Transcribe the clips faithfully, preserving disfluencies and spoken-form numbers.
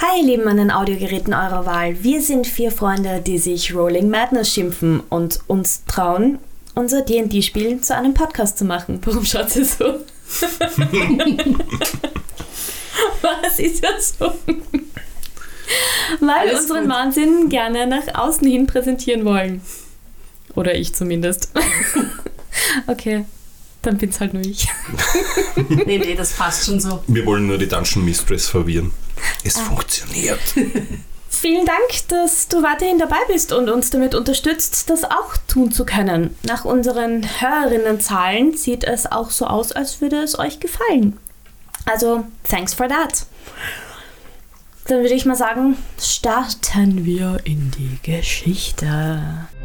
Hi ihr Lieben an den Audiogeräten eurer Wahl. Wir sind vier Freunde, die sich Rolling Madness schimpfen und uns trauen, unser D und D-Spiel zu einem Podcast zu machen. Warum schaut ihr so? Was ist ja so? Weil Alles wir unseren gut. Wahnsinn gerne nach außen hin präsentieren wollen. Oder ich zumindest. Okay, dann bin's halt nur ich. Nee, nee, das passt schon so. Wir wollen nur die Dungeon Mistress verwirren. Es ah. funktioniert. Vielen Dank, dass du weiterhin dabei bist und uns damit unterstützt, das auch tun zu können. Nach unseren Hörerinnenzahlen sieht es auch so aus, als würde es euch gefallen. Also, thanks for that. Dann würde ich mal sagen, starten wir in die Geschichte.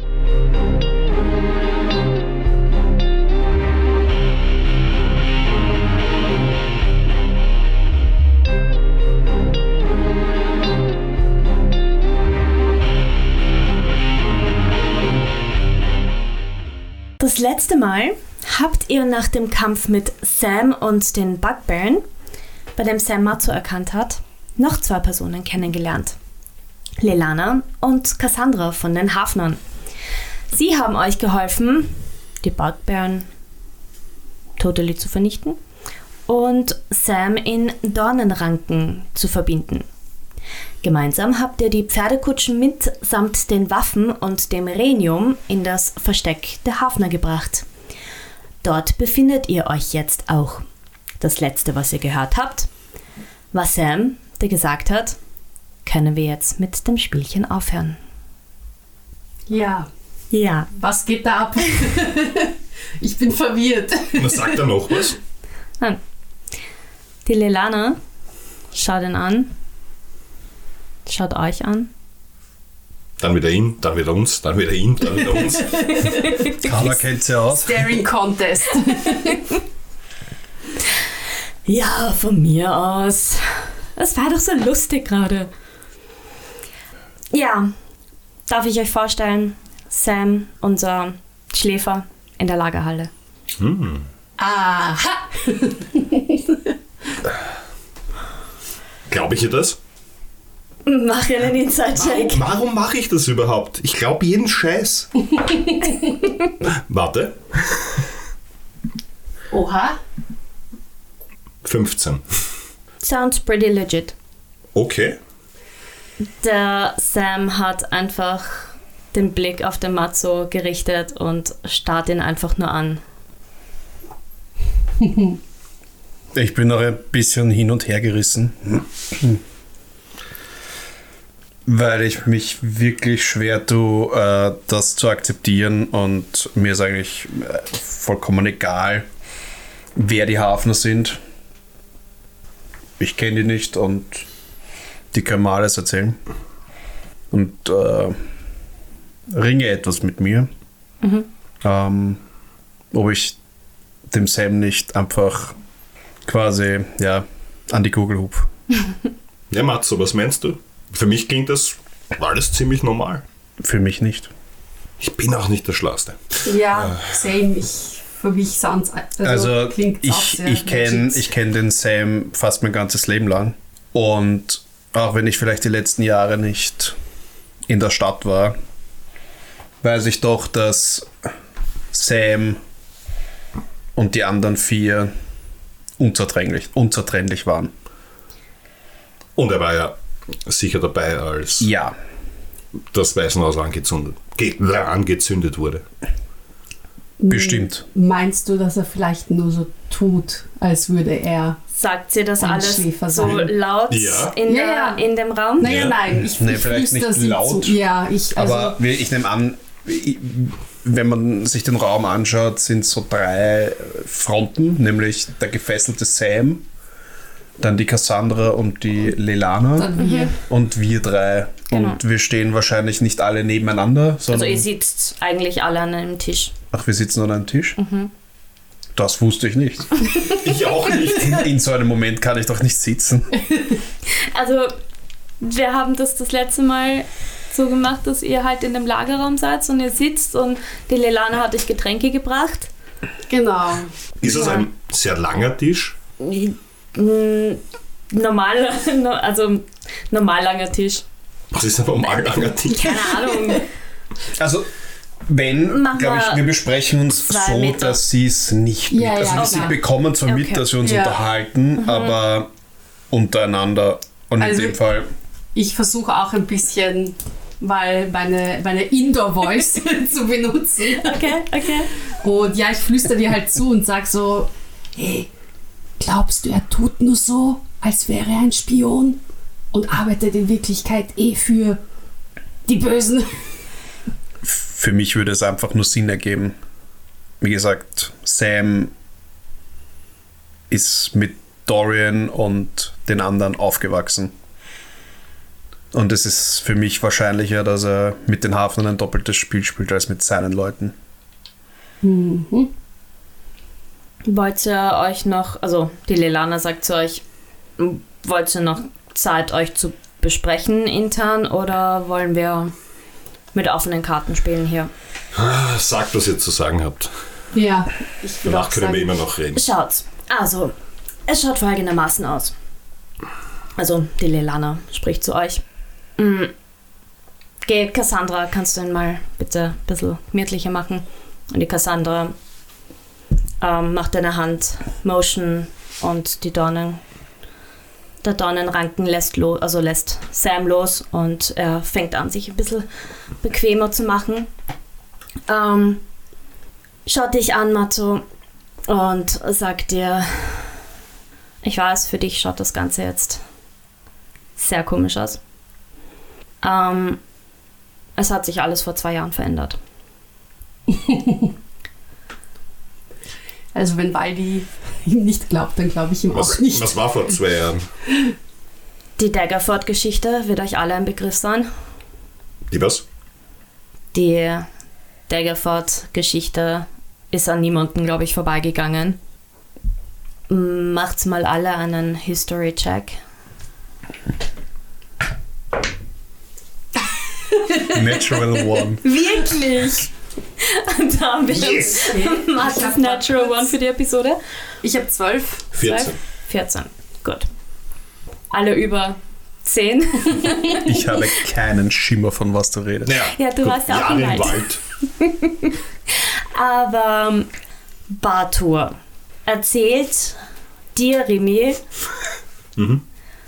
Das letzte Mal habt ihr nach dem Kampf mit Sam und den Bugbearen, bei dem Sam Matsu erkannt hat, noch zwei Personen kennengelernt. Lelana und Cassandra von den Hafnern. Sie haben euch geholfen, die Bugbearen totally zu vernichten und Sam in Dornenranken zu verbinden. Gemeinsam habt ihr die Pferdekutschen mitsamt den Waffen und dem Rhenium in das Versteck der Hafner gebracht. Dort befindet ihr euch jetzt auch. Das letzte, was ihr gehört habt, war Sam, der gesagt hat, können wir jetzt mit dem Spielchen aufhören. Ja, Ja. was geht da ab? Ich bin verwirrt. Was sagt er noch was? Nein. Die Lelana schaut ihn an, schaut euch an. Dann wieder ihn, dann wieder uns, dann wieder ihn, dann wieder uns. Carla kennt sie aus. Staring Contest. Ja, von mir aus. Es war doch so lustig gerade. Ja, darf ich euch vorstellen, Sam, unser Schläfer in der Lagerhalle. Hm. Aha. Glaube ich ihr das? Mach einen Inside-Check. Warum, warum mache ich das überhaupt? Ich glaube jeden Scheiß. Warte. Oha. fünfzehn. Sounds pretty legit. Okay. Der Sam hat einfach den Blick auf den Matzo gerichtet und starrt ihn einfach nur an. Ich bin noch ein bisschen hin und her gerissen, weil ich mich wirklich schwer tue, äh, das zu akzeptieren, und mir ist eigentlich äh, vollkommen egal, wer die Hafner sind. Ich kenne die nicht und die können mir alles erzählen. Und äh, ringe etwas mit mir. Mhm. Ähm, ob ich dem Sam nicht einfach quasi ja, an die Kugel hupf. Ja, Matzo, was meinst du? Für mich klingt das alles ziemlich normal. Für mich nicht. Ich bin auch nicht der Schlauste. Ja, same. Ich, für mich sounds, also, Also klingt auch ich, sehr ich kenne legit. ich kenn den Sam fast mein ganzes Leben lang. Und auch wenn ich vielleicht die letzten Jahre nicht in der Stadt war, weiß ich doch, dass Sam und die anderen vier unzertrennlich, unzertrennlich waren. Und er war ja sicher dabei, als Ja. das Waisenhaus angezündet, ge- angezündet wurde. Bestimmt. Meinst du, dass er vielleicht nur so tut, als würde er... Sagt sie das Ein alles Schläfer so sein. laut Ja. in, Ja, der, ja. in dem Raum? Naja, Ja. nein, ich, Nee, ich vielleicht flüster nicht sie laut. zu. Ja, ich, also... Aber wir- ich nehme an, ich- wenn man sich den Raum anschaut, sind so drei Fronten, nämlich der gefesselte Sam, dann die Cassandra und die Lelana dann wir. und wir drei. Genau. Und wir stehen wahrscheinlich nicht alle nebeneinander, Also sondern ihr sitzt eigentlich alle an einem Tisch. ach, wir sitzen an einem Tisch. Das wusste ich nicht. Ich auch nicht. In, in so einem Moment kann ich doch nicht sitzen. Also wir haben das das letzte Mal so gemacht, dass ihr halt in dem Lagerraum seid und ihr sitzt und die Lelana hat euch Getränke gebracht. Genau. Ist es Ja. ein sehr langer Tisch? Mm, Normal, also Normal langer Tisch. Was ist ein normal langer Tisch? Keine Ahnung. Also, wenn, Machen glaube ich, wir wir besprechen uns zwei so, Meter. dass sie es nicht mit. Ja, ja, also, sie klar. bekommen zwar mit, Okay. dass wir uns Ja. unterhalten, aber untereinander. Und Also- in dem Fall, Ich versuche auch ein bisschen, weil meine, meine Indoor-Voice zu benutzen. Okay, okay. Und ja, ich flüstere dir halt zu und sag so, hey, glaubst du, er tut nur so, als wäre er ein Spion und arbeitet in Wirklichkeit eh für die Bösen? für mich würde es einfach nur Sinn ergeben. Wie gesagt, Sam ist mit Dorian und den anderen aufgewachsen. Und es ist für mich wahrscheinlicher, dass er mit den Hafnern ein doppeltes Spiel spielt, als mit seinen Leuten. Mhm. Wollt ihr euch noch, also die Lelana sagt zu euch, m, wollt ihr noch Zeit, euch zu besprechen intern oder wollen wir mit offenen Karten spielen hier? Sagt, was ihr zu sagen habt. Ja, ich würde Danach auch können wir sagen, immer noch reden. Schaut, also, es schaut folgendermaßen aus. Also, die Lelana spricht zu euch. Mm. Geh, Cassandra, kannst du ihn mal bitte ein bisschen gemütlicher machen? Und die Cassandra ähm, macht deine Hand Motion und die Dornen, der Dornenranken lässt los, also lässt Sam los und er fängt an, sich ein bisschen bequemer zu machen. Ähm, schaut dich an, Matto, und sagt dir, ich weiß, für dich schaut das Ganze jetzt sehr komisch aus. Ähm, es hat sich alles vor zwei Jahren verändert. also wenn Waldi ihm nicht glaubt, dann glaube ich ihm Was, auch nicht. was war vor zwei Jahren? Die Daggerford-Geschichte wird euch alle ein Begriff sein. Die was? Die Daggerford-Geschichte ist an niemanden, glaube ich, vorbeigegangen. Macht's mal alle einen History-Check. Natural One. Wirklich? Und da haben wir Yes. Martins Natural One für die Episode. Ich habe zwölf. vierzehn. vierzehn. Gut. Alle über zehn. Ich habe keinen Schimmer, von was du redest. Naja, Ja, du gut, warst ja auch Jahre im im Wald. Wald. Aber ähm, Bartur erzählt dir, Remy, Mhm.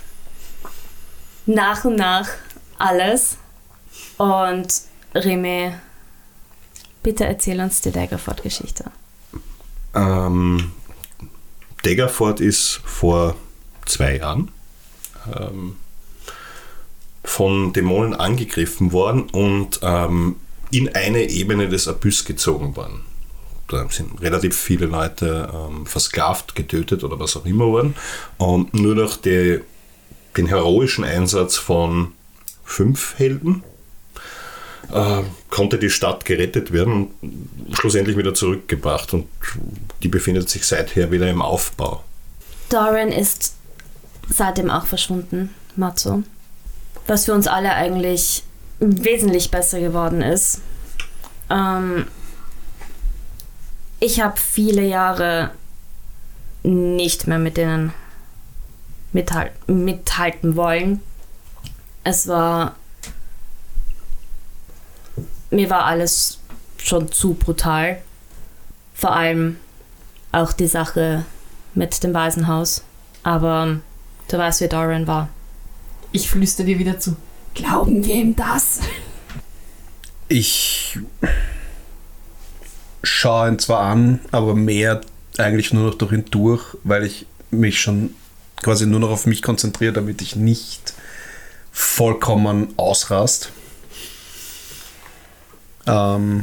nach und nach alles. Und Remy, bitte erzähl uns die Daggerford-Geschichte. Ähm, Daggerford ist vor zwei Jahren ähm, von Dämonen angegriffen worden und ähm, in eine Ebene des Abyss gezogen worden. Da sind relativ viele Leute ähm, versklavt, getötet oder was auch immer worden. Und nur durch die, den heroischen Einsatz von fünf Helden äh, konnte die Stadt gerettet werden und schlussendlich wieder zurückgebracht. Und die befindet sich seither wieder im Aufbau. Dorian ist seitdem auch verschwunden, Matzo. Was für uns alle eigentlich wesentlich besser geworden ist. Ähm, ich habe viele Jahre nicht mehr mit denen mithal- mithalten wollen. Es war... Mir war alles schon zu brutal. Vor allem auch die Sache mit dem Waisenhaus. Aber du weißt, wie Dorian war. Ich flüstere dir wieder zu. Glauben wir ihm das? Ich schaue ihn zwar an, aber mehr eigentlich nur noch durch ihn durch, weil ich mich schon quasi nur noch auf mich konzentriere, damit ich nicht vollkommen ausrast. Ähm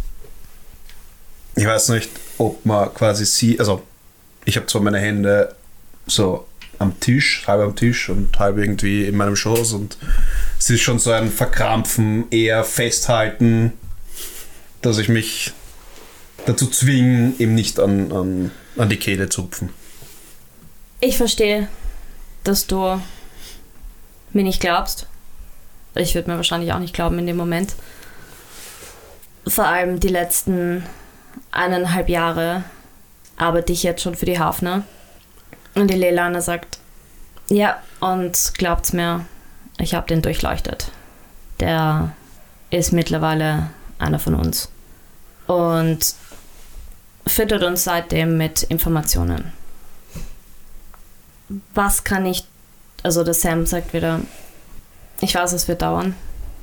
ich weiß nicht, ob man quasi sie, also ich habe zwar meine Hände so am Tisch, halb am Tisch und halb irgendwie in meinem Schoß und es ist schon so ein Verkrampfen, eher festhalten, dass ich mich dazu zwinge, ihm nicht an, an, an die Kehle zu zupfen. Ich verstehe, dass du mir nicht glaubst. Ich würde mir wahrscheinlich auch nicht glauben in dem Moment. Vor allem die letzten eineinhalb Jahre arbeite ich jetzt schon für die Hafner. Und die Lelana sagt, ja, und glaubt's mir, Ich habe den durchleuchtet. Der ist mittlerweile einer von uns. Und füttert uns seitdem mit Informationen. Was kann ich... Also der Sam sagt wieder, ich weiß, es wird dauern.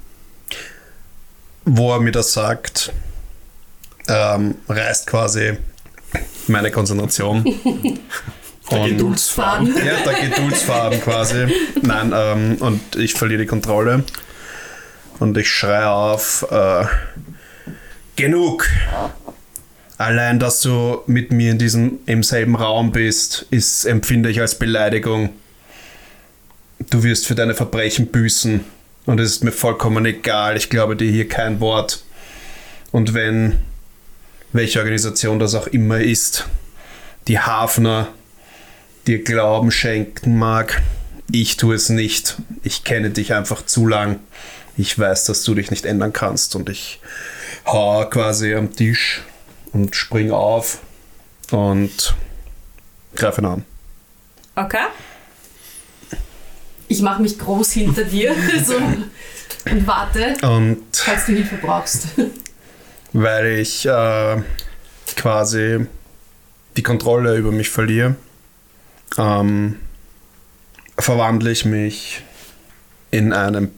Wo er mir das sagt, ähm, reißt quasi meine Konzentration. Der Geduldsfaden. Ja, der Geduldsfaden quasi. Nein, ähm, und ich verliere die Kontrolle. Und ich schreie auf, äh, genug! Allein, dass du mit mir in diesem, im selben Raum bist, ist, empfinde ich als Beleidigung. Du wirst für deine Verbrechen büßen. Und es ist mir vollkommen egal. Ich glaube dir hier kein Wort. Und wenn, welche Organisation das auch immer ist, die Hafner dir Glauben schenken mag, ich tue es nicht. Ich kenne dich einfach zu lang. Ich weiß, dass du dich nicht ändern kannst. Und ich hau quasi am Tisch und spring auf und greife ihn an. Okay. Ich mache mich groß hinter dir so, und warte, Und falls du Hilfe brauchst. weil ich äh, quasi die Kontrolle über mich verliere, ähm, verwandle ich mich in einen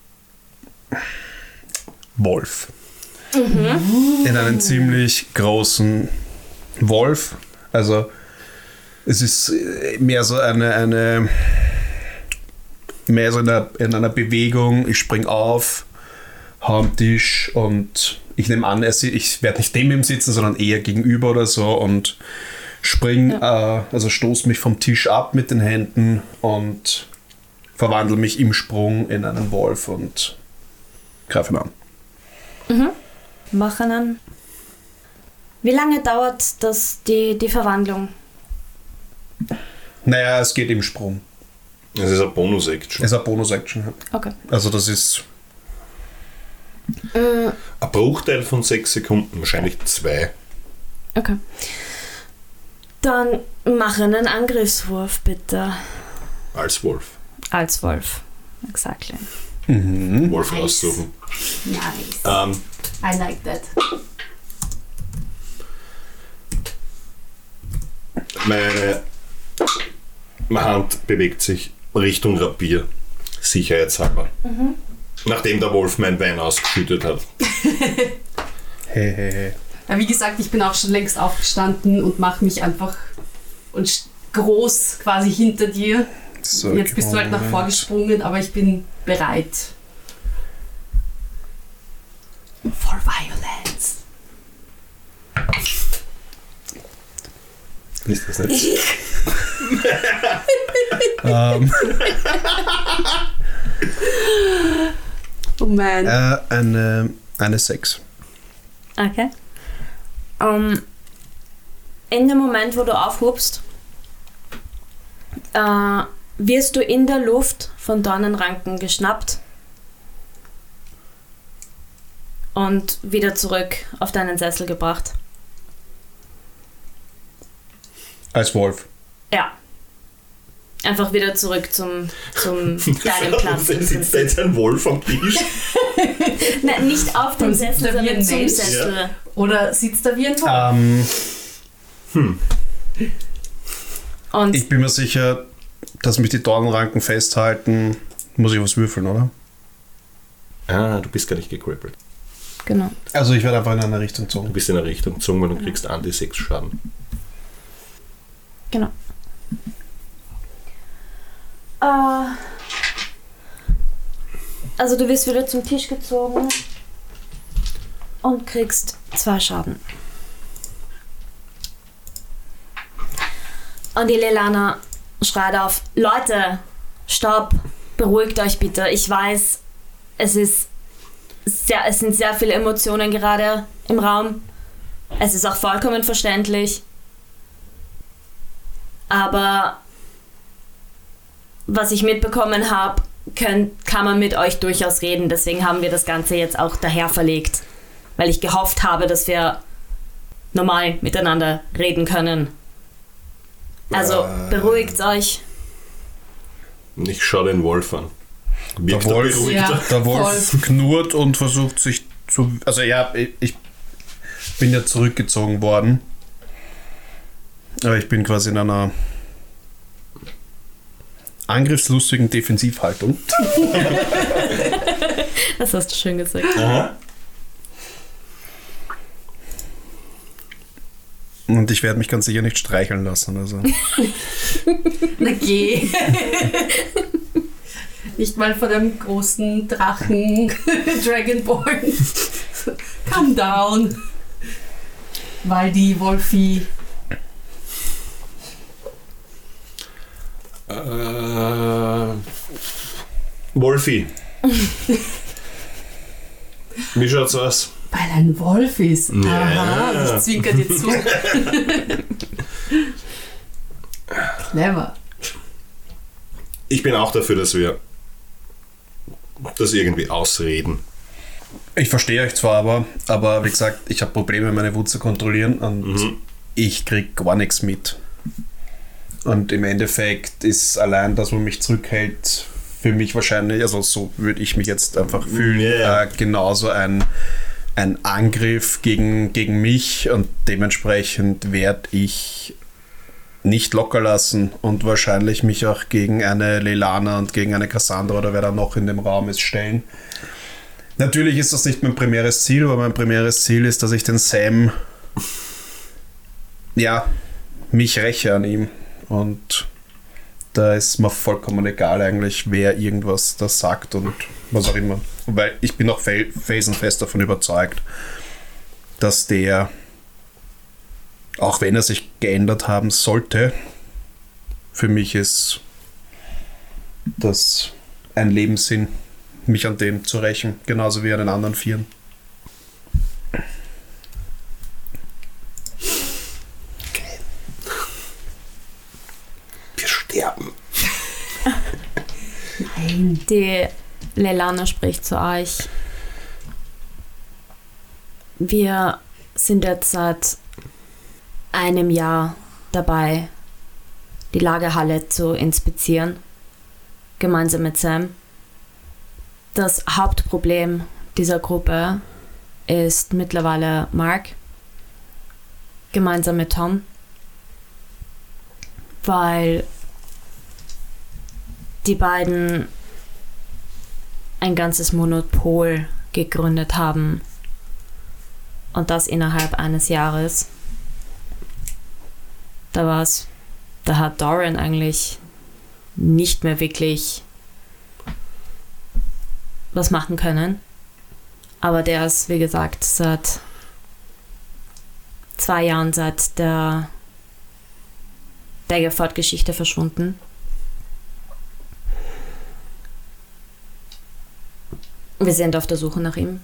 Wolf. Mhm. In einen ziemlich großen Wolf. Also es ist mehr so eine, eine mehr so in einer, in einer Bewegung. Ich spring auf, hau am Tisch und ich nehme an, er, ich werde nicht neben ihm sitzen, sondern eher gegenüber oder so und spring, ja. äh, also stoß mich vom Tisch ab mit den Händen und verwandle mich im Sprung in einen Wolf und greife ihn an. Mhm. Mach einen. Wie lange dauert das, die, die Verwandlung? Naja, es geht im Sprung. Es ist eine Bonus-Action. Es ist eine Bonus-Action. Ja. Okay. Also das ist... Äh, Ein Bruchteil von sechs Sekunden, wahrscheinlich zwei. okay. Dann mach einen Angriffswurf, bitte. Als Wolf. Als Wolf. Exactly. Mhm. Wolf Nice. aussuchen. Nice. Ähm, I like that. meine, meine Hand bewegt sich Richtung Rapier. Sicherheitshalber. Mhm. Nachdem der Wolf meinen Wein ausgeschüttet hat. Hey, hey, hey. Ja, wie gesagt, ich bin auch schon längst aufgestanden und mache mich einfach und st- groß quasi hinter dir. So, Jetzt bist du halt nach Moment. vorgesprungen, aber ich bin bereit. For violence. Ist das nicht? Ähm, Oh man. äh, eine, eine sechs. Okay. Um, in dem Moment, wo du aufhubst, äh, wirst du in der Luft von Dornenranken geschnappt und wieder zurück auf deinen Sessel gebracht. Als Wolf. Ja. Einfach wieder zurück zum, zum deinem Platz. im Sitzt da jetzt ein Wolf am Tisch? Nein, nicht auf dem Dann sitzt Sessel, er wie sondern ein zum Mensch. Sessel. Oder sitzt da wie ein Wolf? Ähm, Und ich bin mir sicher, dass mich die Dornenranken festhalten. Muss ich was würfeln, oder? Ah, du bist gar nicht gegrappelt. genau. Also ich werde einfach in eine Richtung Du gezogen. bist in eine Richtung gezogen und kriegst an die sechs Schaden. Genau. Äh, also du wirst wieder zum Tisch gezogen und kriegst zwei Schaden. Und die Lelana schreit auf: Leute, stopp, beruhigt euch bitte. Ich weiß, es ist sehr, es sind sehr viele Emotionen gerade im Raum. Es ist auch vollkommen verständlich. Aber was ich mitbekommen habe, kann man mit euch durchaus reden. Deswegen haben wir das Ganze jetzt auch daher verlegt. Weil ich gehofft habe, dass wir normal miteinander reden können. Also Äh. beruhigt euch. Und ich schaue den Wolf an. Wirkt Der er Wolf, beruhigt. Ja. der Wolf Voll. knurrt und versucht sich zu... Also ja, ich- ich bin ja zurückgezogen worden. Aber ich bin quasi in einer angriffslustigen Defensivhaltung. Das hast du schön gesagt. Aha. Und ich werde mich ganz sicher nicht streicheln lassen. Also. Na geh. Nicht mal von einem großen Drachen Dragonborn. Calm down. Weil die Wolfi. Äh, Wolfi. Wie schaut's aus? Weil ein Wolf ist. Ja. Aha, ich zwinker dir zu. Clever. Ich bin auch dafür, dass wir das irgendwie ausreden. Ich verstehe euch zwar aber, aber wie gesagt, ich habe Probleme, meine Wut zu kontrollieren und Mhm. ich krieg gar nichts mit. Und im Endeffekt ist allein, dass man mich zurückhält, für mich wahrscheinlich, also so würde ich mich jetzt einfach fühlen, Ja. äh, genauso ein, ein Angriff gegen, gegen mich und dementsprechend werde ich nicht locker lassen und wahrscheinlich mich auch gegen eine Lelana und gegen eine Cassandra oder wer da noch in dem Raum ist stellen. Natürlich ist das nicht mein primäres Ziel, aber mein primäres Ziel ist, dass ich den Sam, ja, mich räche an ihm. Und da ist mir vollkommen egal eigentlich, wer irgendwas da sagt und was auch immer. Weil ich bin auch fel- felsenfest davon überzeugt, dass der, auch wenn er sich geändert haben sollte, für mich ist das ein Lebenssinn, mich an dem zu rächen, genauso wie an den anderen Vieren. Wir sterben. Nein. Die Lelana spricht zu euch. Wir sind jetzt seit einem Jahr dabei, die Lagerhalle zu inspizieren, gemeinsam mit Sam. Das Hauptproblem dieser Gruppe ist mittlerweile Mark, gemeinsam mit Tom, weil die beiden ein ganzes Monopol gegründet haben und das innerhalb eines Jahres. Da war's, da hat Doran eigentlich nicht mehr wirklich was machen können. Aber der ist, wie gesagt, seit zwei Jahren seit der Daggerford-Geschichte verschwunden. Wir sind auf der Suche nach ihm.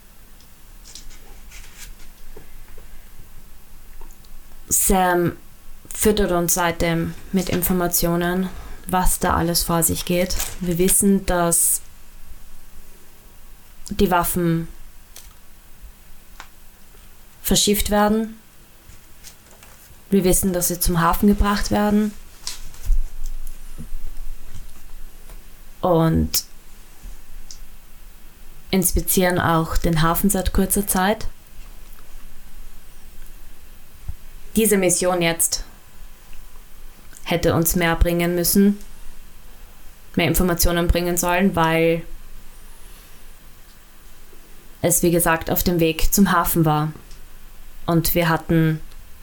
Sam füttert uns seitdem mit Informationen, was da alles vor sich geht. Wir wissen, dass die Waffen verschifft werden. Wir wissen, dass sie zum Hafen gebracht werden. Und inspizieren auch den Hafen seit kurzer Zeit. Diese Mission jetzt hätte uns mehr bringen müssen, mehr Informationen bringen sollen, weil es, wie gesagt, auf dem Weg zum Hafen war. Und wir hatten...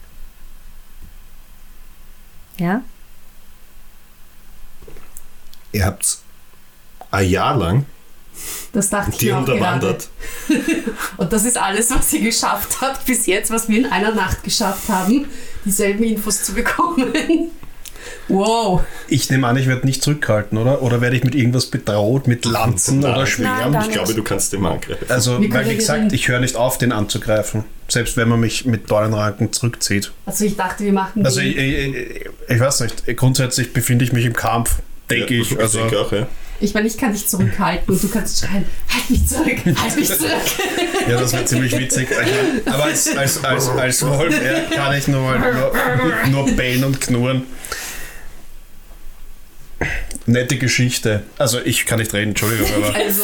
Ja? Ihr habt ein Jahr lang Das dachte ich die mir auch gerade. unterwandert. Und das ist alles, was sie geschafft hat bis jetzt, was wir in einer Nacht geschafft haben, dieselben Infos zu bekommen. Wow. Ich nehme an, ich werde nicht zurückhalten, oder? Oder werde ich mit irgendwas bedroht, mit Lanzen Nein. oder Nein, Schweren? gar Ich glaube, du kannst den angreifen. Also, Wie weil können wie wir gesagt, denn- ich höre nicht auf, den anzugreifen. Selbst wenn man mich mit Dornenranken zurückzieht. Also ich dachte, wir machen Also, die, ich, ich, ich weiß nicht. Grundsätzlich befinde ich mich im Kampf, denke Ja, ich. Also, denke auch, ja. ich meine, ich kann dich zurückhalten und du kannst schreien, halt mich zurück, halt mich zurück. ja, das wäre ziemlich witzig. Aber als, als, als, als Wolf ja, kann ich nur, mal, nur, nur bellen und knurren. Nette Geschichte. Also ich kann nicht reden, Entschuldigung, aber Also,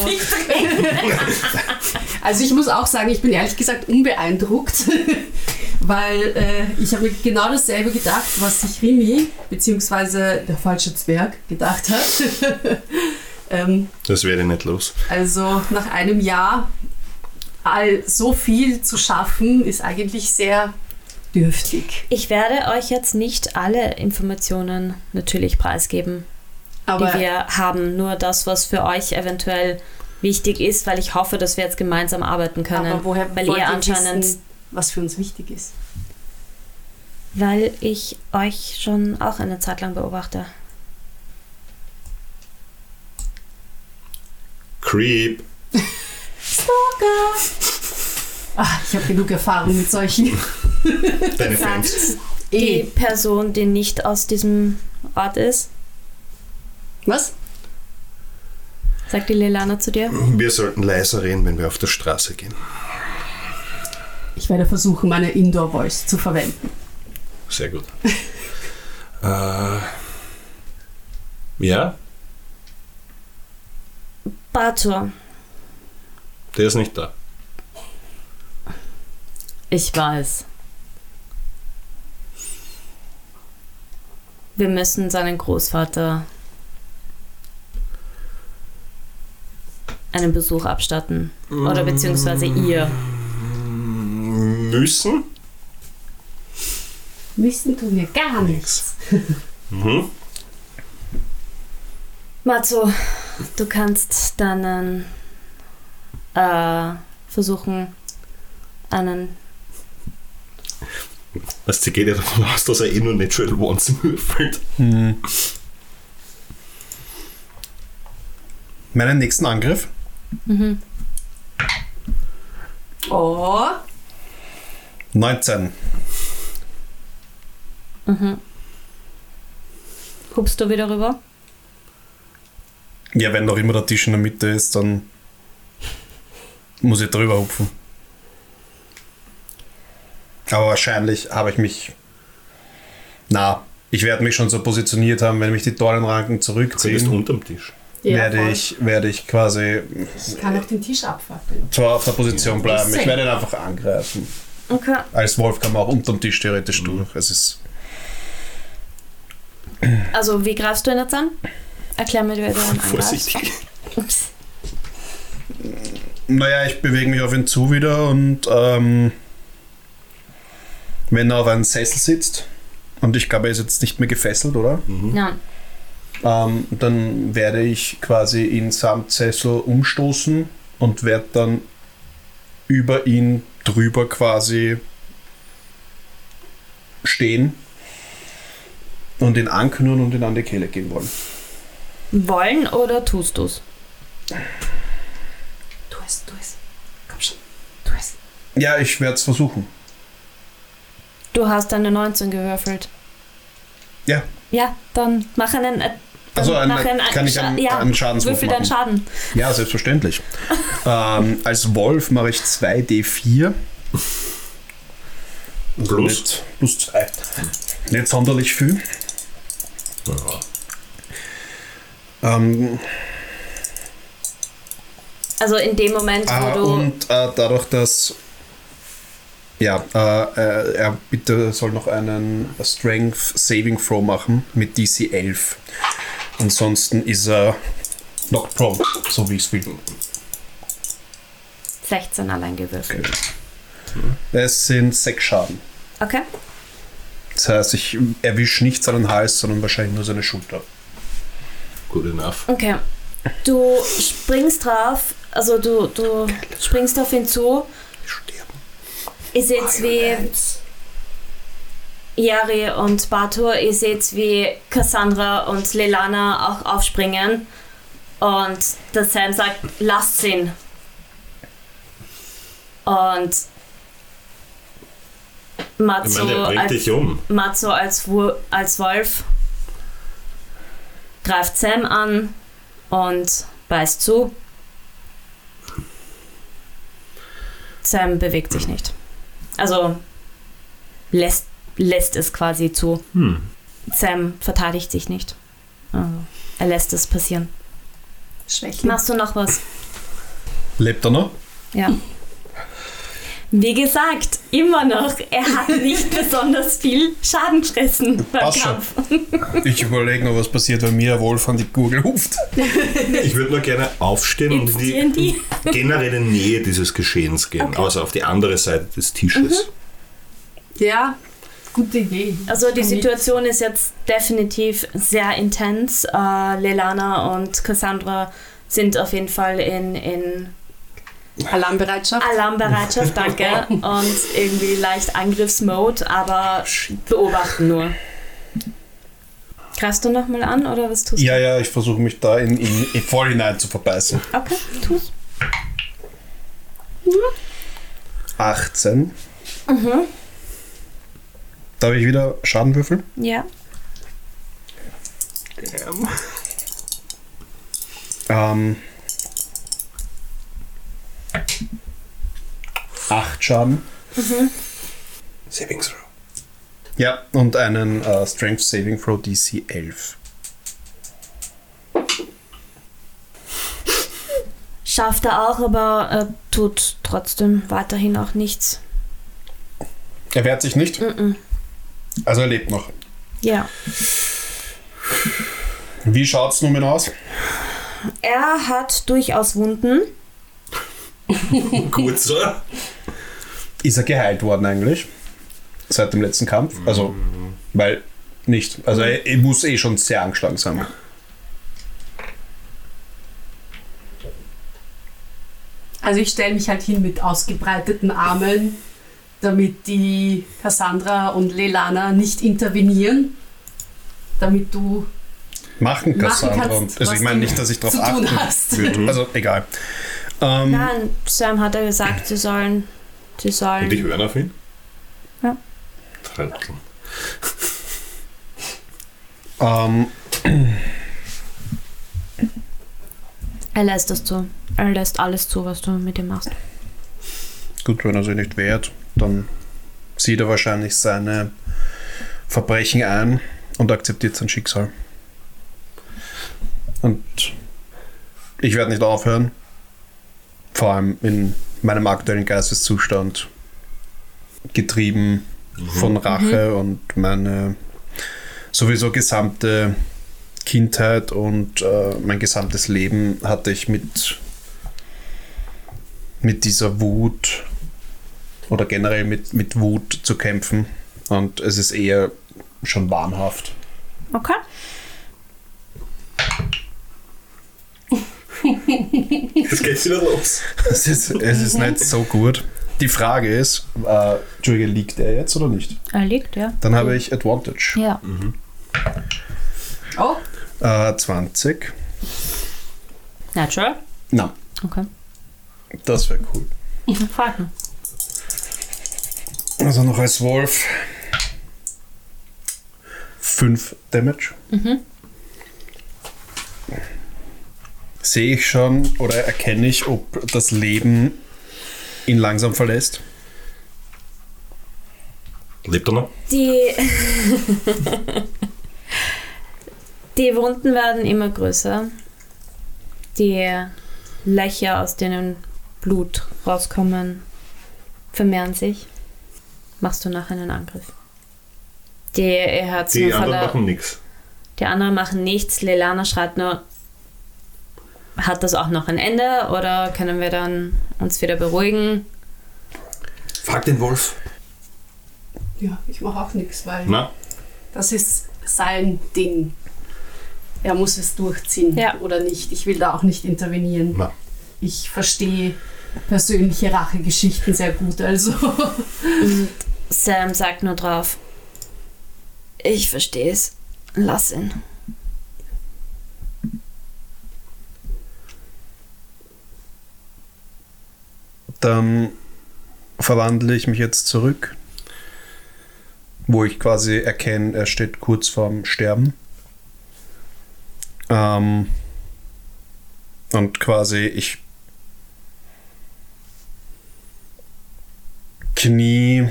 also ich muss auch sagen, ich bin ehrlich gesagt unbeeindruckt, weil äh, ich habe mir genau dasselbe gedacht, was sich Rimi, beziehungsweise der falsche Zwerg, gedacht hat. ähm, Das werde ich nicht los. also nach einem Jahr all so viel zu schaffen, ist eigentlich sehr dürftig. Ich werde euch jetzt nicht alle Informationen natürlich preisgeben, Aber die wir haben. Nur das, was für euch eventuell wichtig ist, weil ich hoffe, dass wir jetzt gemeinsam arbeiten können. Aber woher weil wollt ihr ihr anscheinend, wissen, was für uns wichtig ist? weil ich euch schon auch eine Zeit lang beobachte. Creep. Ah, ich habe genug Erfahrung mit solchen. Deine Sagt Fans. die Eh. Person, die nicht aus diesem Ort ist, Was? sagt die Lelana zu dir. Wir sollten leiser reden, wenn wir auf der Straße gehen. Ich werde versuchen, meine Indoor-Voice zu verwenden. Sehr gut. äh, ja, Bator, der ist nicht da. ich weiß. Wir müssen seinen Großvater einen Besuch abstatten. Oder beziehungsweise ihr. Müssen? Müssen tun wir gar nichts. Mhm. Matzo, du kannst deinen äh, versuchen, einen. Was sie geht ja davon aus, dass er eh nur Natural Ones würfelt. meinen nächsten Angriff. Mhm. Oh, neunzehn. Mhm. Hupst du wieder rüber? Ja, wenn noch immer der Tisch in der Mitte ist, dann muss ich drüber hupfen. Aber wahrscheinlich habe ich mich... Na, ich werde mich schon so positioniert haben, wenn mich die Dornenranken Du bist zurückziehen, unterm Tisch. ja, werde, voll. ich, werde ich quasi Ich kann auf den Tisch abfackeln. zwar auf der Position bleiben. Ich Same. werde ihn einfach angreifen. Okay. Als Wolf kann man auch unterm Tisch theoretisch durch. Es ist... Also, wie greifst du ihn jetzt an? Erklär mir, wie du ihn angreifst. Vorsichtig. Ups. Naja, ich bewege mich auf ihn zu wieder und ähm, wenn er auf einem Sessel sitzt und ich glaube, er ist jetzt nicht mehr gefesselt, oder? Ja. Ähm, dann werde ich quasi ihn samt Sessel umstoßen und werde dann über ihn drüber quasi stehen und ihn anknurren und ihn an die Kehle gehen wollen. Wollen oder tust du's? Tu es, tu es. Komm schon, tu es. Ja, ich werde es versuchen. Du hast eine neunzehn gewürfelt. Ja. Ja, dann mach einen. Äh, dann Also ein, mach einen kann ich einen, ja, einen Schadenswurf würfel deinen machen? Schaden. Ja, selbstverständlich. ähm, als Wolf mache ich zwei D vier. Also Plus? Nicht, plus zwei. Nicht sonderlich viel. Ja. Ähm, Also in dem Moment, wo ah, du. und äh, dadurch, dass ja, äh, äh, er bitte soll noch einen Strength Saving Throw machen mit D C elf. Ansonsten ist er knocked prone, so wie ich es will. sechzehn allein gewürfelt. Es sind sechs Schaden. Okay. Das heißt, ich erwische nicht seinen Hals, sondern wahrscheinlich nur seine Schulter. Good enough. Okay. Du springst drauf, also du, du springst auf ihn zu. Sterben. Ihr seht, wie Yari und Batur, ihr seht, wie Cassandra und Lelana auch aufspringen. Und der Sam sagt, lasst ihn. Und Ich Matzo meine, der bringt als, dich um. Matzo als, Wu- als Wolf greift Sam an und beißt zu. Sam bewegt sich nicht. Also lässt, lässt es quasi zu. Hm. Sam verteidigt sich nicht. Also, er lässt es passieren. Schwächen. Machst du noch was? Lebt er noch? Ja. Wie gesagt, immer noch. Er hat nicht besonders viel Schaden gefressen beim Passt schon. Kampf. Ich überlege noch, was passiert, wenn mir Wolf an die Gurgel ruft. Ich würde nur gerne aufstehen und Ins in D die und D. generelle Nähe dieses Geschehens gehen, Okay. also auf die andere Seite des Tisches. Ja, gute Idee. Also die Komm Situation ist jetzt definitiv sehr intens. Äh, Lelana und Cassandra sind auf jeden Fall in, in mit. Alarmbereitschaft. Alarmbereitschaft, danke. Und irgendwie leicht Angriffsmode, aber beobachten nur. Greifst du nochmal an oder was tust Ja, ja, ich versuche mich da in, in, in voll hinein zu verbeißen. du? Okay, tu's. achtzehn. Mhm. Darf ich wieder Schaden würfeln? Ja. Ähm, acht Schaden. Saving throw. Ja, und einen äh, Strength Saving Throw D C elf. Schafft er auch, aber er tut trotzdem weiterhin auch nichts. Er wehrt sich nicht? Mhm. Also er lebt noch. Ja. Wie schaut's nun aus? Er hat durchaus Wunden. Gut so. Ist er geheilt worden eigentlich? Seit dem letzten Kampf? Also, weil nicht. Also er, er muss eh schon sehr angeschlagen sein. Also ich stelle mich halt hin mit ausgebreiteten Armen, damit die Cassandra und Lelana nicht intervenieren, damit du Machen Cassandra. kannst, Und, also was ich meine du nicht, dass ich darauf zu tun achten hast. würde. Also egal. Ähm, Nein, Sam hat er gesagt, sie sollen. Sie Und ich sollen. höre auf ihn? Ja. Trottel. ähm, Er lässt das zu. Er lässt alles zu, was du mit ihm machst. gut, wenn er sich nicht wehrt, dann sieht er wahrscheinlich seine Verbrechen ein und akzeptiert sein Schicksal. Und ich werde nicht aufhören, vor allem in meinem aktuellen Geisteszustand, getrieben von Rache und meine sowieso gesamte Kindheit und äh, mein gesamtes Leben hatte ich mit, mit dieser Wut oder generell mit, mit Wut zu kämpfen und es ist eher schon wahnhaft. Okay. Jetzt geht's wieder los. Es ist, es ist nicht so gut. Die Frage ist, äh, Entschuldige, liegt er jetzt oder nicht? Er liegt, ja. Dann habe ich Advantage. Ja. Oh, Äh, zwanzig. Natural? Na, Okay. das wäre cool. Freut mich. Also noch als Wolf. fünf Damage. Sehe ich schon oder erkenne ich, ob das Leben ihn langsam verlässt? Lebt er noch? Die. Die Wunden werden immer größer. Die Löcher, aus denen Blut rauskommen, vermehren sich. Machst du nachher einen Angriff? Die, er hat Die nur von anderen der, machen nichts. die anderen machen nichts. Lelana schreit nur, hat das auch noch ein Ende oder können wir dann uns wieder beruhigen? Frag den Wolf. ja, ich mache auch nichts, weil Na? das ist sein Ding. Er muss es durchziehen Ja. oder nicht. Ich will da auch nicht intervenieren. Na. Ich verstehe persönliche Rachegeschichten sehr gut, also. Sam sagt nur drauf, ich verstehe es, lass ihn. Dann verwandle ich mich jetzt zurück, wo ich quasi erkenne, er steht kurz vorm Sterben. Ähm, und quasi ich knie,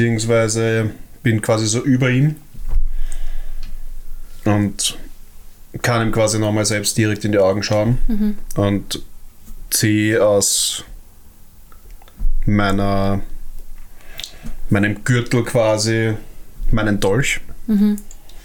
beziehungsweise bin quasi so über ihm und kann ihm quasi nochmal selbst direkt in die Augen schauen mhm. und ziehe aus meiner meinem Gürtel quasi meinen Dolch mhm.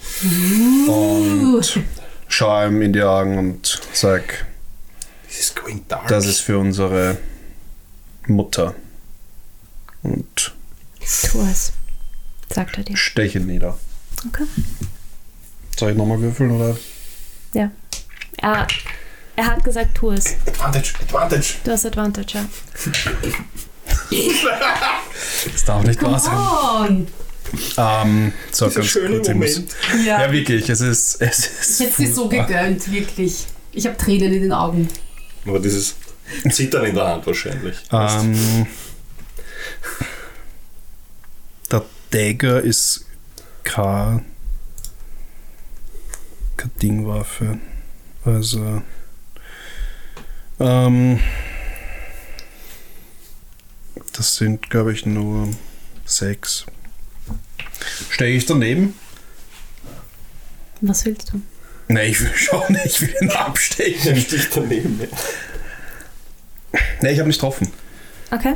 und schaue ihm in die Augen und sag, das ist für unsere Mutter. Und tu es, sagt er dir. Steche nieder. Okay. Soll ich nochmal würfeln, oder? Ja. Er, er hat gesagt, tu es. Advantage, Advantage. Du hast Advantage, ja. Das darf nicht wahr sein. Ähm, so Dieser ganz schöne kurz, ich muss- Moment. Ja. Ja, wirklich, es ist. Es ist Ich hätte es dir so gegönnt, wirklich. Ich habe Tränen in den Augen. Aber dieses Zittern in der Hand wahrscheinlich. Ähm, der Dagger ist keine keine Dingwaffe. Also. Ähm, das sind, glaube ich, nur sechs. Stehe ich daneben? Was willst du? Nein, ich will schon, ich will ihn abstechen. Ich stich daneben. Nein, ich habe nicht getroffen. Okay.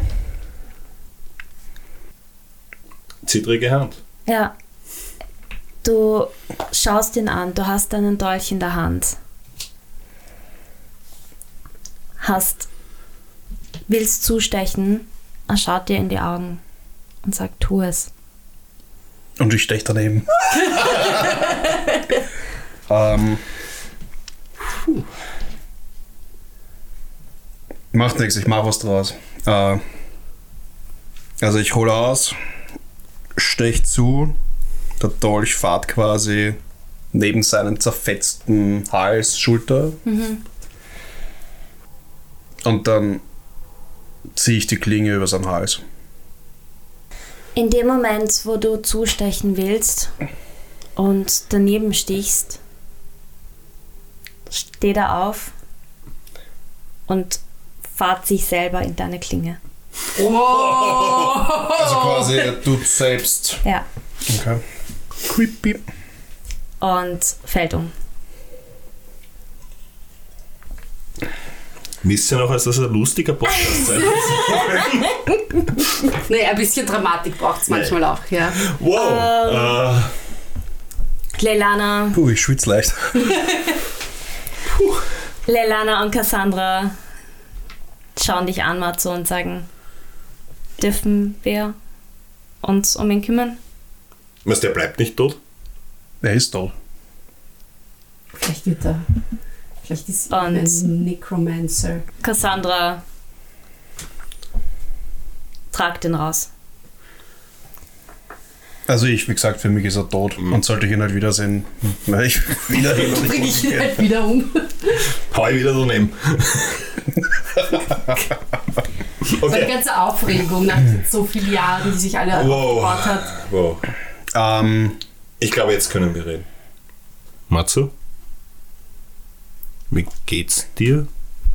Zittrige Hand. Ja. Du schaust ihn an, du hast deinen Dolch in der Hand. Hast, willst zustechen, er schaut dir in die Augen und sagt, tu es. Und ich steche daneben. ähm, macht nichts, ich mache was draus. Äh, also ich hole aus, stech zu, der Dolch fährt quasi neben seinen zerfetzten Hals, Schulter. Mhm. Und dann ziehe ich die Klinge über seinen Hals. In dem Moment, wo du zustechen willst und daneben stichst, steht er auf und fährt sich selber in deine Klinge. Also quasi, er tut selbst. Ja. Okay. Creepy. Und fällt um. Wisst ihr noch, als das ein lustiger Podcast sein wird? Nee, ein bisschen Dramatik braucht es manchmal auch, ja. Wow! Äh, Leilana, Puh, ich schwitze leicht. Leilana und Cassandra schauen dich an, Matzo, und sagen, dürfen wir uns um ihn kümmern? was, der bleibt nicht tot? Er ist tot. Vielleicht wird er. Vielleicht ist er Und- ein Necromancer. Cassandra tragt ihn raus. Also ich, wie gesagt, für mich ist er tot. Und sollte ich ihn halt wiedersehen, weil ich wieder hin und Bring ich ihn halt wieder um. Hau ich wieder daneben. So die Okay. ganze Aufregung nach so vielen Jahren, die sich alle aufgebaut hat. Wow. Ähm, Ich glaube, jetzt können wir reden. Matsu? Wie geht's dir?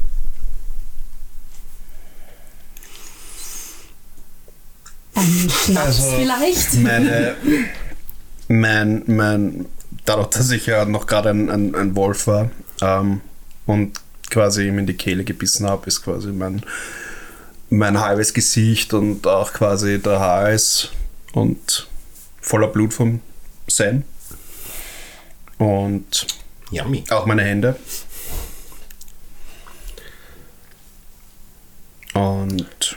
Ein Schnaps Also- vielleicht? meine, mein, mein, dadurch, dass ich ja noch gerade ein, ein, ein Wolf war ähm, und quasi ihm in die Kehle gebissen habe, ist quasi mein, mein halbes Gesicht und auch quasi der Hals und voller Blut vom Sam. Und Yummy. auch meine Hände. Und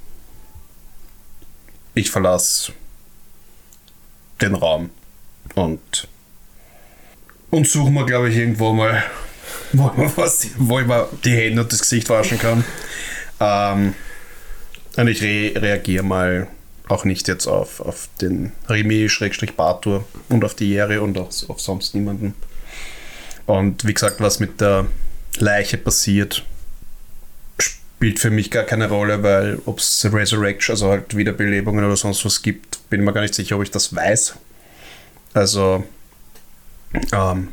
ich verlasse den Raum und, und suche mir, glaube ich, irgendwo mal, wo, was, wo ich mal die Hände und das Gesicht waschen kann. Ähm, und ich re reagiere mal auch nicht jetzt auf, auf den Remy-Bartur und auf die Jere und auch auf sonst niemanden. Und wie gesagt, was mit der Leiche passiert, spielt für mich gar keine Rolle, weil ob es Resurrection, also halt Wiederbelebungen oder sonst was gibt, bin ich mir gar nicht sicher, ob ich das weiß. Also, ähm,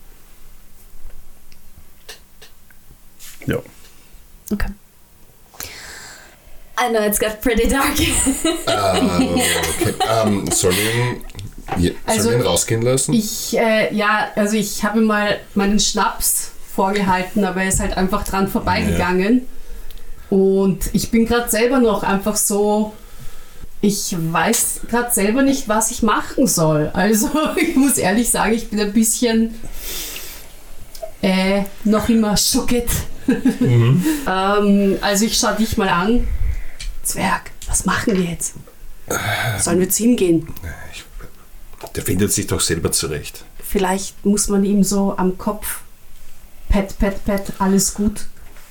ja. Okay. I know it's got pretty dark. Äh, okay. Ähm, sollen wir ihn Ja, Also, sollen wir ihn rausgehen lassen? Ich, äh, ja, also ich habe ihm mal meinen Schnaps vorgehalten, aber er ist halt einfach dran vorbeigegangen. Ja. Und ich bin gerade selber noch einfach so, ich weiß gerade selber nicht, was ich machen soll. Also ich muss ehrlich sagen, ich bin ein bisschen äh, noch immer schockiert. Mhm. ähm, also ich schaue dich mal an. Zwerg, was machen wir jetzt? Sollen wir zu ihm gehen? Ich, der findet sich doch selber zurecht. Vielleicht muss man ihm so am Kopf pet, pet, pet, alles gut.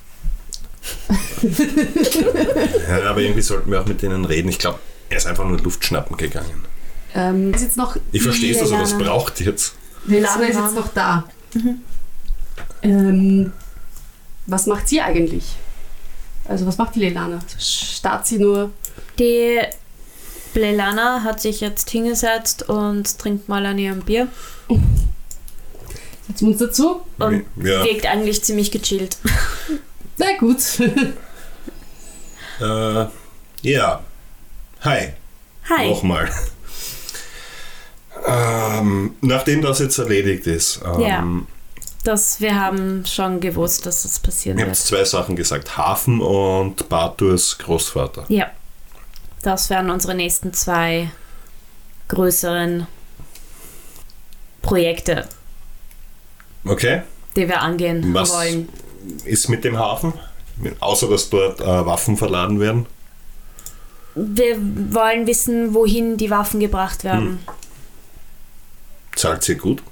Ja, aber irgendwie sollten wir auch mit denen reden. Ich glaube, er ist einfach nur Luft schnappen gegangen. Ähm, ist jetzt noch ich verstehe es, also was Lelana. braucht jetzt? Lelana ist jetzt noch da. Mhm. Ähm, was macht sie eigentlich? Also was macht die Lelana? Starrt sie nur? Die Lelana hat sich jetzt hingesetzt und trinkt mal an ihrem Bier Setzen wir uns dazu? und Ja. wirkt eigentlich ziemlich gechillt. Na gut. Äh, ja. Hi. Hi. Nochmal. ähm, nachdem das jetzt erledigt ist, ähm, Ja. Das, wir haben schon gewusst, dass das passieren ihr habt wird. zwei Sachen gesagt. Hafen und Barturs Großvater. Ja. Das wären unsere nächsten zwei größeren Projekte, Okay. die wir angehen Was wollen. ist mit dem Hafen? Außer, dass dort äh, Waffen verladen werden. Wir wollen wissen, wohin die Waffen gebracht werden. Zahlt sie gut?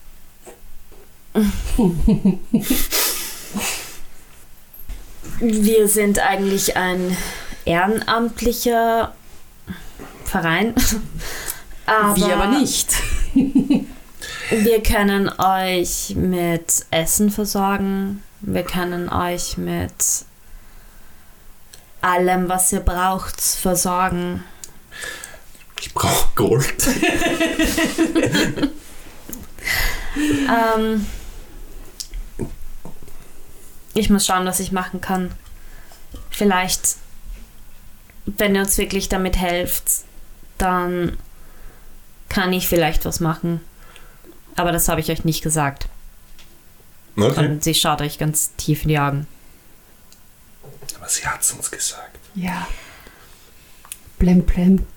Wir sind eigentlich ein ehrenamtlicher Verein. Aber Wir aber nicht. wir können euch mit Essen versorgen. Wir können euch mit allem, was ihr braucht, versorgen. Ich brauche Gold. Ähm, ich muss schauen, was ich machen kann. Vielleicht, wenn ihr uns wirklich damit helft, dann kann ich vielleicht was machen. Aber das habe ich euch nicht gesagt. Okay. Und sie schaut euch ganz tief in die Augen. Aber sie hat es uns gesagt. Ja. Blem, blem.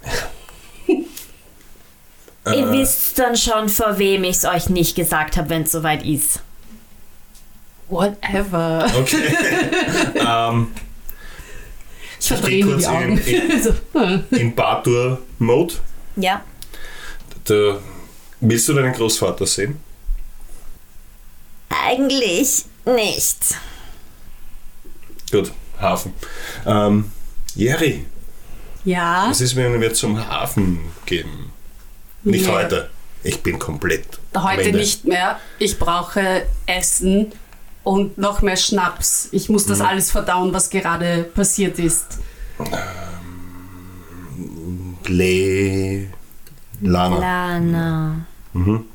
Ihr Äh, wisst dann schon, vor wem ich es euch nicht gesagt habe, wenn es soweit ist. Whatever. Okay. ähm, Ich verdrehe mir kurz die Augen. in- so. in Bartur-Mode. Ja. Da, willst du deinen Großvater sehen? Eigentlich nicht. Gut, Hafen. Ähm, Jerry, Ja. was ist, wenn wir zum Hafen gehen? Nicht Nee. heute. Ich bin komplett. am Heute Ende. nicht mehr. Ich brauche Essen und noch mehr Schnaps. Ich muss das alles verdauen, was gerade passiert ist. Le... Lana. Lana. Mhm.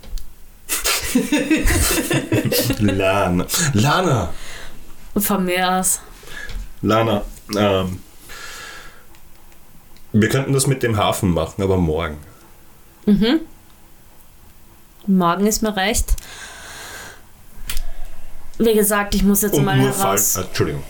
Lana. Lana. Von mir aus. Lana. Ähm, wir könnten das mit dem Hafen machen, aber morgen. Mhm. Morgen ist mir recht. Wie gesagt, ich muss jetzt Und mal nur falls. herausfinden, Entschuldigung.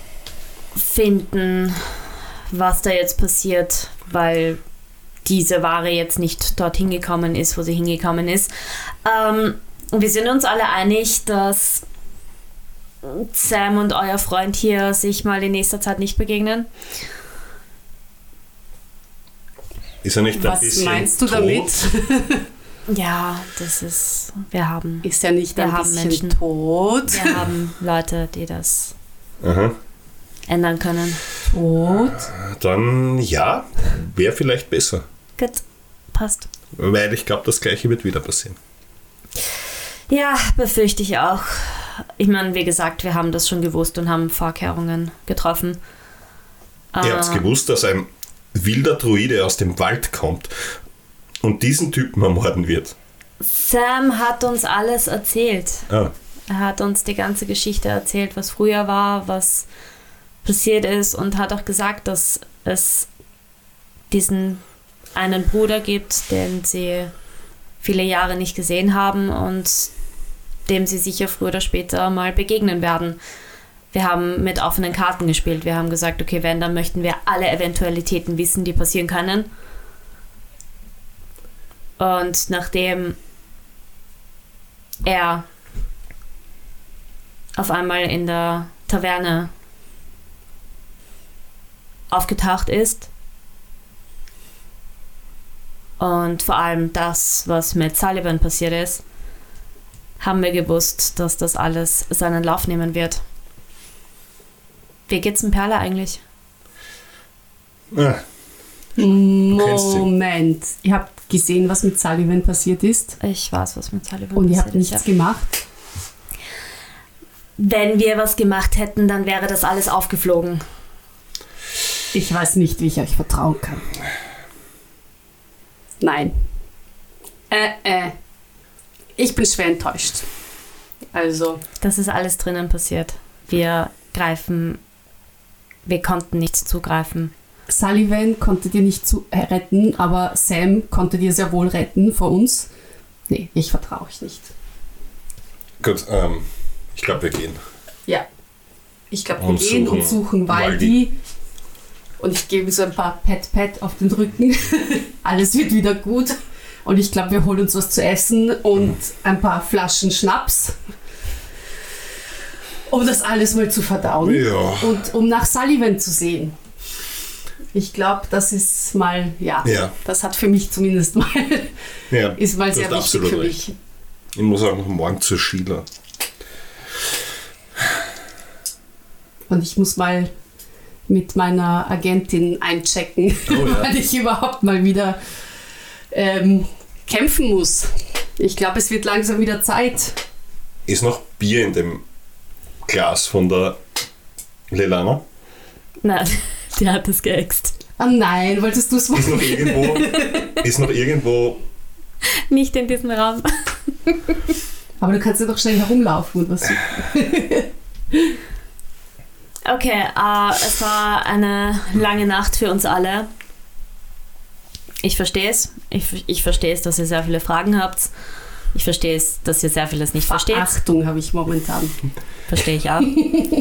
was da jetzt passiert, weil diese Ware jetzt nicht dorthin gekommen ist, wo sie hingekommen ist. Ähm, wir sind uns alle einig, dass Sam und euer Freund hier sich mal in nächster Zeit nicht begegnen. Ist er nicht ein Was bisschen meinst du tot? damit? Ja, das ist. Wir haben. Ist er nicht Wir ein haben bisschen Menschen. tot? Wir haben Leute, die das Aha. ändern können. Tot? Dann ja, wäre vielleicht besser. Gut, passt. Weil ich glaube, das Gleiche wird wieder passieren. Ja, befürchte ich auch. Ich meine, wie gesagt, wir haben das schon gewusst und haben Vorkehrungen getroffen. Ihr habt gewusst, dass ein wilder Druide aus dem Wald kommt und diesen Typen ermorden wird. Sam hat uns alles erzählt. Ah, Er hat uns die ganze Geschichte erzählt, was früher war, was passiert ist und hat auch gesagt, dass es diesen einen Bruder gibt, den sie viele Jahre nicht gesehen haben und dem sie sicher früher oder später mal begegnen werden. Wir haben mit offenen Karten gespielt. Wir haben gesagt, okay, wenn, dann möchten wir alle Eventualitäten wissen, die passieren können. Und nachdem er auf einmal in der Taverne aufgetaucht ist und vor allem das, was mit Sullivan passiert ist, haben wir gewusst, dass das alles seinen Lauf nehmen wird. Wie geht's dem Perle eigentlich? Ah, Moment. Ihr habt gesehen, was mit Sullivan passiert ist Ich weiß, was mit Sullivan und ihr passiert habt nichts ist. gemacht. Wenn wir was gemacht hätten, dann wäre das alles aufgeflogen. Ich weiß nicht, wie ich euch vertrauen kann. Nein. Äh, äh. Ich bin schwer enttäuscht. Also, Das ist alles drinnen passiert. Wir greifen, wir konnten nicht zugreifen. Sullivan konnte dir nicht zu äh, retten, aber Sam konnte dir sehr wohl retten vor uns. Nee, ich vertraue euch nicht. gut, ähm, ich glaube, wir gehen. Ja. Ich glaube, wir Und gehen suchen und suchen Waldi. Und ich gebe so ein paar Pat-Pat auf den Rücken. Alles wird wieder gut. Und ich glaube, wir holen uns was zu essen und ein paar Flaschen Schnaps. Um das alles mal zu verdauen. Ja. Und um nach Sullivan zu sehen. Ich glaube, das ist mal, ja, Ja. das hat für mich zumindest mal, Ja, ist mal du sehr hast wichtig absolut für recht. mich. Ich muss auch noch morgen zur Sheila. Und ich muss mal mit meiner Agentin einchecken, Oh ja. weil ich überhaupt mal wieder ähm, kämpfen muss. Ich glaube, es wird langsam wieder Zeit. Ist noch Bier in dem Glas von der Lelana? Nein, die hat es geäxt. Ah nein, wolltest du es Ist noch machen? irgendwo, ist noch irgendwo, Nicht in diesem Raum. Aber du kannst ja doch schnell herumlaufen und was. Okay, äh, es war eine lange Nacht für uns alle. Ich verstehe es. Ich, ich verstehe es, dass ihr sehr viele Fragen habt. Ich verstehe es, dass ihr sehr vieles nicht versteht. Achtung habe ich momentan. Verstehe ich auch.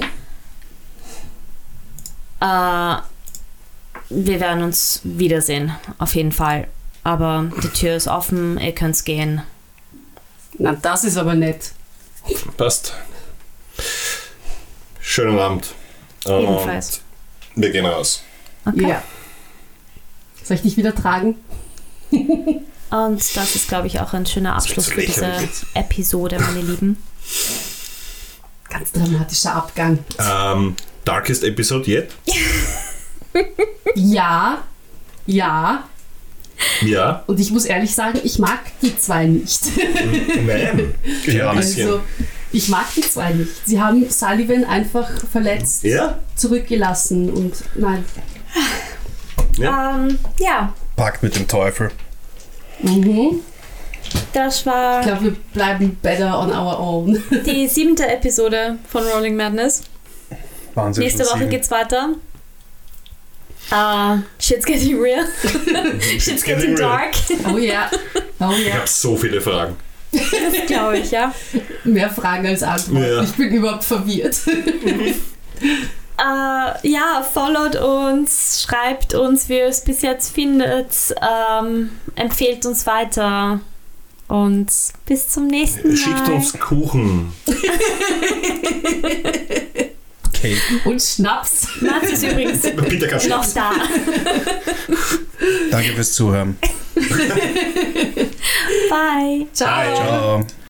äh, wir werden uns wiedersehen, auf jeden Fall. Aber die Tür ist offen, ihr könnt gehen. Na, das ist aber nett. passt. Schönen Abend. Und Ebenfalls. wir gehen raus. Okay. Ja. Soll ich dich wieder tragen? Und das ist, glaube ich, auch ein schöner Abschluss zu für diese lächerlich jetzt. Episode, meine Lieben. Ganz dramatischer Abgang. Ähm, darkest Episode yet? Ja, ja. Ja. Und ich muss ehrlich sagen, ich mag die zwei nicht. Nein. Ja, Ein bisschen. Also, ich mag die zwei nicht. Sie haben Sullivan einfach verletzt Ja? zurückgelassen und nein. Ja. Ähm, ja, Pakt mit dem Teufel. Mhm. das war Ich glaube, wir bleiben better on our own. die siebte Episode von Rolling Madness. Wahnsinn. Nächste schon Woche sieben. geht's weiter. Uh, shit's getting real. shit's getting getting real. dark. Oh ja. Oh Ich ja. habe so viele Fragen. Glaube ich, ja. Mehr Fragen als Antworten. Ja. Ich bin überhaupt verwirrt. Äh, ja, followt uns, schreibt uns, wie ihr es bis jetzt findet, ähm, empfehlt uns weiter und bis zum nächsten Mal. Schickt uns Kuchen. Cake. Und Schnaps. Mats ist übrigens Bitte kein noch Schnaps. da. Danke fürs Zuhören. Bye. Ciao. Bye. Ciao.